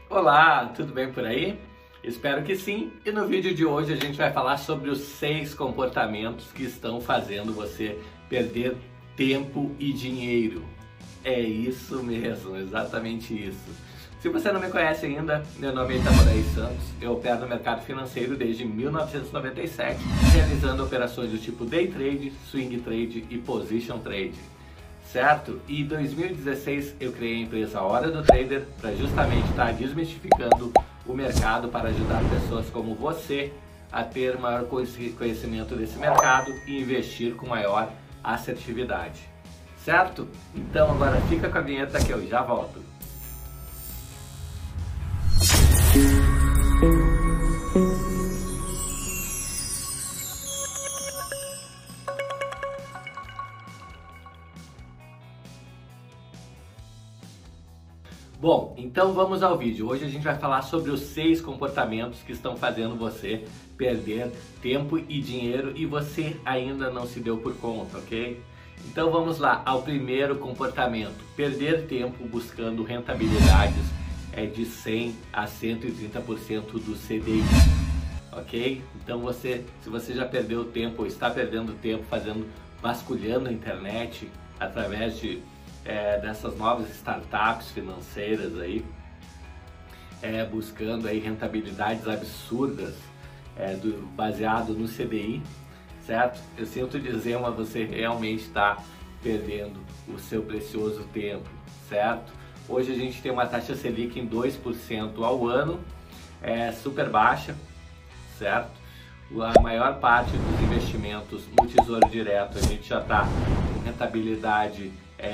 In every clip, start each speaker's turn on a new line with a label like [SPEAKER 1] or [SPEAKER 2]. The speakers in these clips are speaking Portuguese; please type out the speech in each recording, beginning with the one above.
[SPEAKER 1] Olá, tudo bem por aí? Espero que sim. E no vídeo de hoje a gente vai falar sobre os 6 comportamentos que estão fazendo você perder tempo e dinheiro. É isso mesmo, exatamente isso. Se você não me conhece ainda, meu nome é Itaboraí Santos, eu opero no mercado financeiro desde 1997, realizando operações do tipo Day Trade, Swing Trade e Position Trade. Certo? E em 2016 eu criei a empresa Hora do Trader para justamente estar desmistificando o mercado para ajudar pessoas como você a ter maior conhecimento desse mercado e investir com maior assertividade. Certo? Então agora fica com a vinheta que eu já volto. Bom, então vamos ao vídeo. Hoje a gente vai falar sobre os 6 comportamentos que estão fazendo você perder tempo e dinheiro e você ainda não se deu por conta, ok? Então vamos lá ao primeiro comportamento. Perder tempo buscando rentabilidades de 100 a 130% do CDI, ok? Então se você já perdeu tempo ou está perdendo tempo vasculhando a internet através dessas novas startups financeiras aí, buscando aí rentabilidades absurdas baseado no CDI, certo? Eu sinto dizer, mas você realmente está perdendo o seu precioso tempo, certo? Hoje a gente tem uma taxa Selic em 2% ao ano, super baixa, certo? A maior parte dos investimentos no Tesouro Direto a gente já está com rentabilidade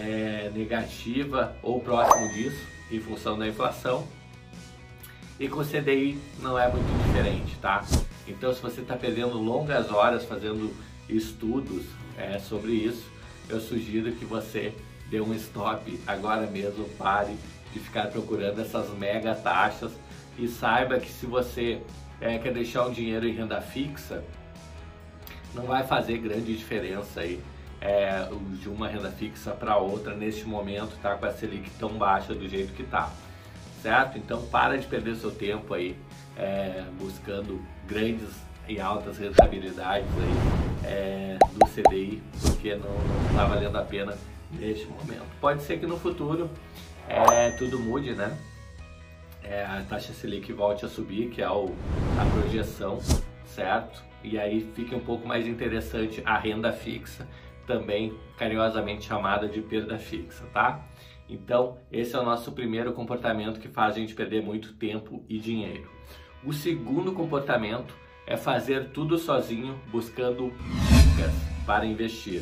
[SPEAKER 1] negativa ou próximo disso, em função da inflação, e com o CDI não é muito diferente, tá? Então, se você está perdendo longas horas fazendo estudos sobre isso, eu sugiro que você dê um stop agora mesmo, pare de ficar procurando essas mega taxas e saiba que se você quer deixar um dinheiro em renda fixa, não vai fazer grande diferença aí de uma renda fixa para outra neste momento, tá? Com a Selic tão baixa do jeito que tá, certo? Então para de perder seu tempo aí buscando grandes e altas rentabilidades aí do CDI, porque não está valendo a pena neste momento. Pode ser que no futuro tudo mude, né? A taxa Selic volte a subir, que é a projeção, certo? E aí fica um pouco mais interessante a renda fixa, também carinhosamente chamada de perda fixa, tá? Então, esse é o nosso primeiro comportamento que faz a gente perder muito tempo e dinheiro. O segundo comportamento é fazer tudo sozinho, buscando dicas para investir.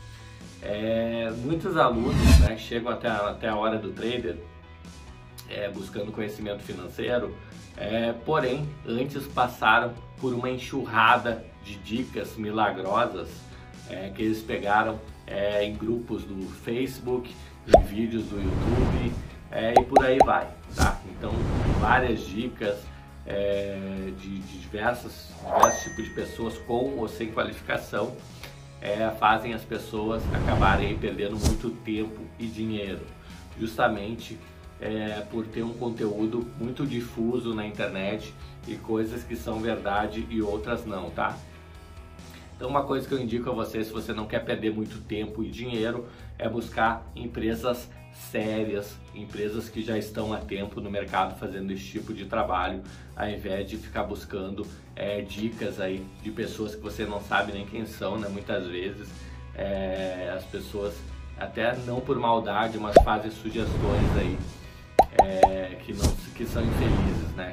[SPEAKER 1] Muitos alunos chegam até a hora do trader buscando conhecimento financeiro, porém antes passaram por uma enxurrada de dicas milagrosas que eles pegaram em grupos do Facebook, em vídeos do YouTube e por aí vai, tá? Então várias dicas de diversos tipos de pessoas com ou sem qualificação fazem as pessoas acabarem perdendo muito tempo e dinheiro, justamente por ter um conteúdo muito difuso na internet e coisas que são verdade e outras não, tá? Então uma coisa que eu indico a você, se você não quer perder muito tempo e dinheiro, é buscar empresas sérias, empresas que já estão há tempo no mercado fazendo esse tipo de trabalho, ao invés de ficar buscando dicas aí de pessoas que você não sabe nem quem são, né? Muitas vezes as pessoas, até não por maldade, mas fazem sugestões aí que são infelizes, né?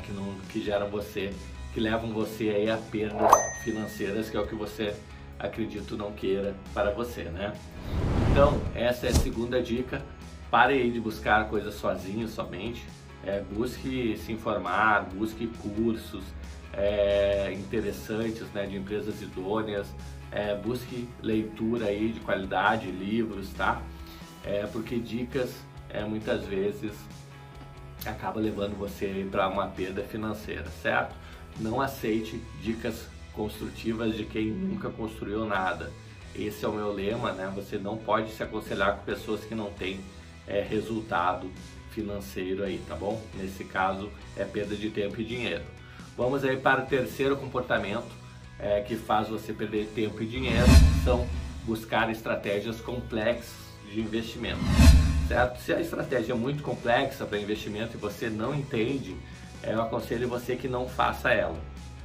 [SPEAKER 1] Que levam você aí a perdas financeiras, que é o que você, acredito, não queira para você, né? Então, essa é a segunda dica. Pare aí de buscar coisas sozinho somente. Busque se informar, busque cursos interessantes, né, de empresas idôneas. Busque leitura aí de qualidade, livros, tá? Porque dicas muitas vezes acaba levando você para uma perda financeira, certo? Não aceite dicas construtivas de quem nunca construiu nada. Esse é o meu lema, né? Você não pode se aconselhar com pessoas que não têm resultado financeiro aí, tá bom? Nesse caso é perda de tempo e dinheiro. Vamos aí para o terceiro comportamento que faz você perder tempo e dinheiro, são buscar estratégias complexas de investimento, certo? Se a estratégia é muito complexa para investimento e você não entende, eu aconselho você que não faça ela.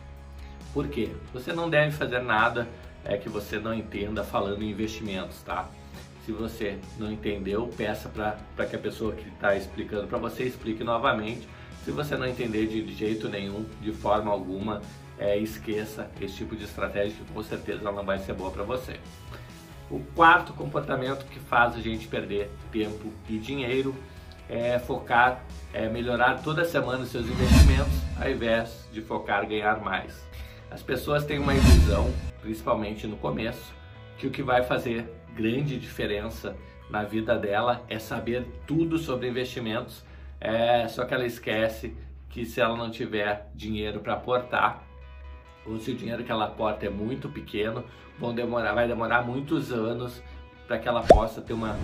[SPEAKER 1] Por quê? Você não deve fazer nada que você não entenda falando em investimentos, tá? Se você não entendeu, peça para que a pessoa que está explicando para você explique novamente. Se você não entender de jeito nenhum, de forma alguma, esqueça esse tipo de estratégia que com certeza ela não vai ser boa para você. O quarto comportamento que faz a gente perder tempo e dinheiro é focar, melhorar toda semana os seus investimentos, ao invés de focar em ganhar mais. As pessoas têm uma ilusão, principalmente no começo, que o que vai fazer grande diferença na vida dela é saber tudo sobre investimentos, só que ela esquece que se ela não tiver dinheiro para aportar, ou se o dinheiro que ela aporta é muito pequeno, vai demorar muitos anos para que ela possa ter uma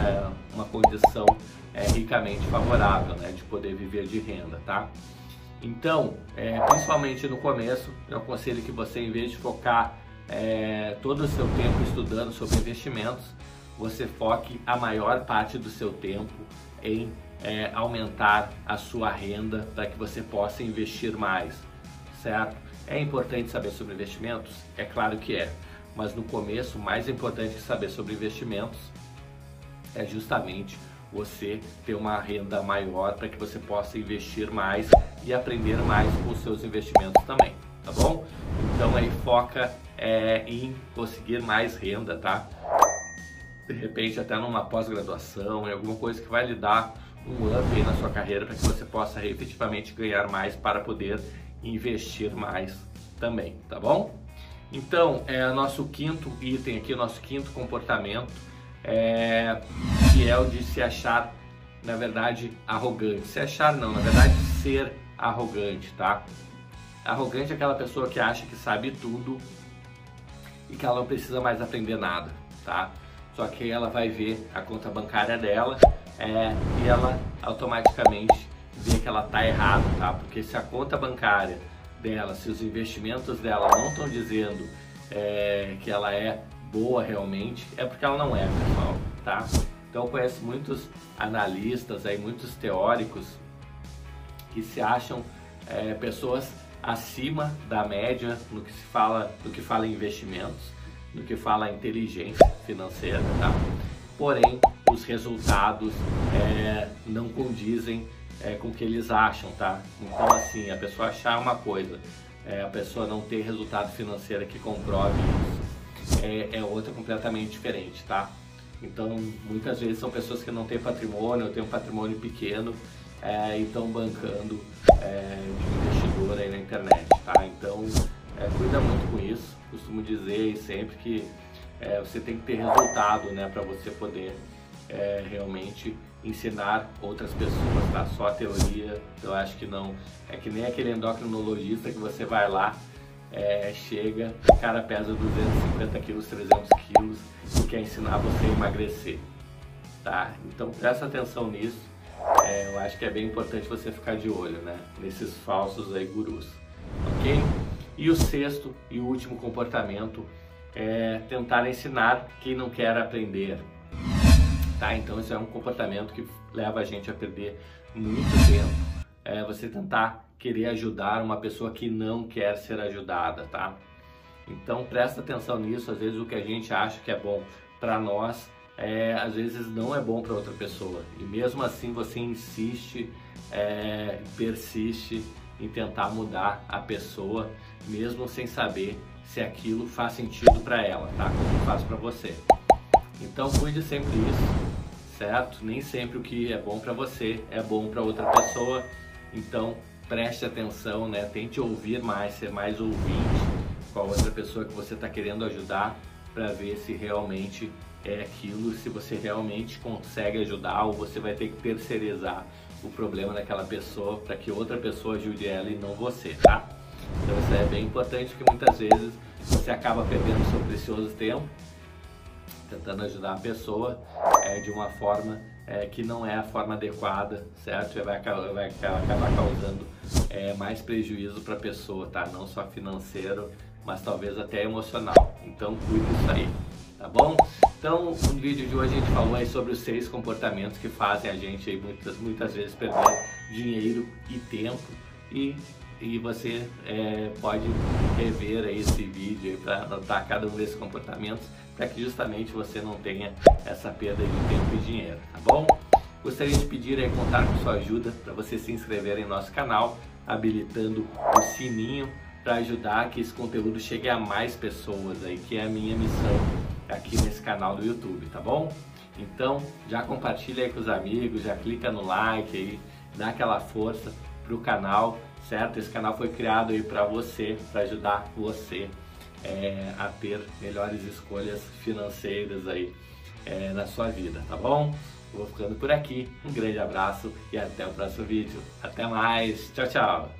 [SPEAKER 1] condição ricamente favorável, né, de poder viver de renda, tá? Então, principalmente no começo, eu aconselho que você, em vez de focar todo o seu tempo estudando sobre investimentos, você foque a maior parte do seu tempo em aumentar a sua renda para que você possa investir mais, certo? É importante saber sobre investimentos? É claro que é, mas no começo, o mais importante que saber sobre investimentos é justamente você ter uma renda maior para que você possa investir mais e aprender mais com os seus investimentos também, tá bom? Então aí foca em conseguir mais renda, tá? De repente até numa pós-graduação, em alguma coisa que vai lhe dar um up aí na sua carreira para que você possa efetivamente ganhar mais para poder investir mais também, tá bom? Então, nosso quinto item aqui, nosso quinto comportamento, que é o de se achar, na verdade, arrogante. Se achar não, na verdade, ser arrogante, tá? Arrogante é aquela pessoa que acha que sabe tudo e que ela não precisa mais aprender nada, tá? Só que ela vai ver a conta bancária dela e ela automaticamente vê que ela tá errada, tá? Porque se a conta bancária dela, se os investimentos dela não estão dizendo que ela é boa realmente, é porque ela não é, pessoal, tá? Então eu conheço muitos analistas aí, muitos teóricos que se acham pessoas acima da média no que fala em investimentos, no que fala em inteligência financeira, tá? Porém, os resultados não condizem com o que eles acham, tá? Então assim, a pessoa achar uma coisa, a pessoa não ter resultado financeiro que comprove isso, é outra completamente diferente, tá? Então muitas vezes são pessoas que não têm patrimônio, ou têm um patrimônio pequeno e estão bancando de investidor aí na internet, tá? Então cuida muito com isso. Costumo dizer sempre que você tem que ter resultado, né, para você poder realmente ensinar outras pessoas, tá? Só a teoria, eu acho que não. É que nem aquele endocrinologista que você vai lá, chega, o cara pesa 250 quilos, 300 quilos e quer ensinar você a emagrecer, tá? Então presta atenção nisso, eu acho que é bem importante você ficar de olho, né, nesses falsos aí gurus, ok? E o sexto e último comportamento é tentar ensinar quem não quer aprender. Tá? Então isso é um comportamento que leva a gente a perder muito tempo. Você tentar querer ajudar uma pessoa que não quer ser ajudada, tá? Então presta atenção nisso. Às vezes o que a gente acha que é bom para nós, às vezes não é bom para outra pessoa. E mesmo assim você insiste, persiste em tentar mudar a pessoa, mesmo sem saber se aquilo faz sentido para ela, tá? Como faz para você. Então cuide sempre disso, certo? Nem sempre o que é bom para você é bom para outra pessoa. Então preste atenção, né? Tente ouvir mais, ser mais ouvinte com a outra pessoa que você está querendo ajudar, para ver se realmente é aquilo, se você realmente consegue ajudar, ou você vai ter que terceirizar o problema daquela pessoa para que outra pessoa ajude ela e não você, tá? Então isso é bem importante, porque muitas vezes você acaba perdendo seu precioso tempo tentando ajudar a pessoa de uma forma que não é a forma adequada, certo? Vai acabar causando mais prejuízo para a pessoa, tá? Não só financeiro, mas talvez até emocional. Então cuide disso aí, tá bom? Então no vídeo de hoje a gente falou aí sobre os 6 comportamentos que fazem a gente aí muitas vezes perder dinheiro e tempo, e você pode rever aí esse vídeo para anotar cada um desses comportamentos, para que justamente você não tenha essa perda de tempo e dinheiro, tá bom? Gostaria de pedir aí, contar com sua ajuda para você se inscrever em nosso canal, habilitando o sininho para ajudar que esse conteúdo chegue a mais pessoas aí, que é a minha missão aqui nesse canal do YouTube, tá bom? Então já compartilha aí com os amigos, já clica no like aí, dá aquela força pro canal, certo? Esse canal foi criado aí para você, para ajudar você a ter melhores escolhas financeiras aí na sua vida, tá bom? Eu vou ficando por aqui, um grande abraço e até o próximo vídeo. Até mais, tchau, tchau!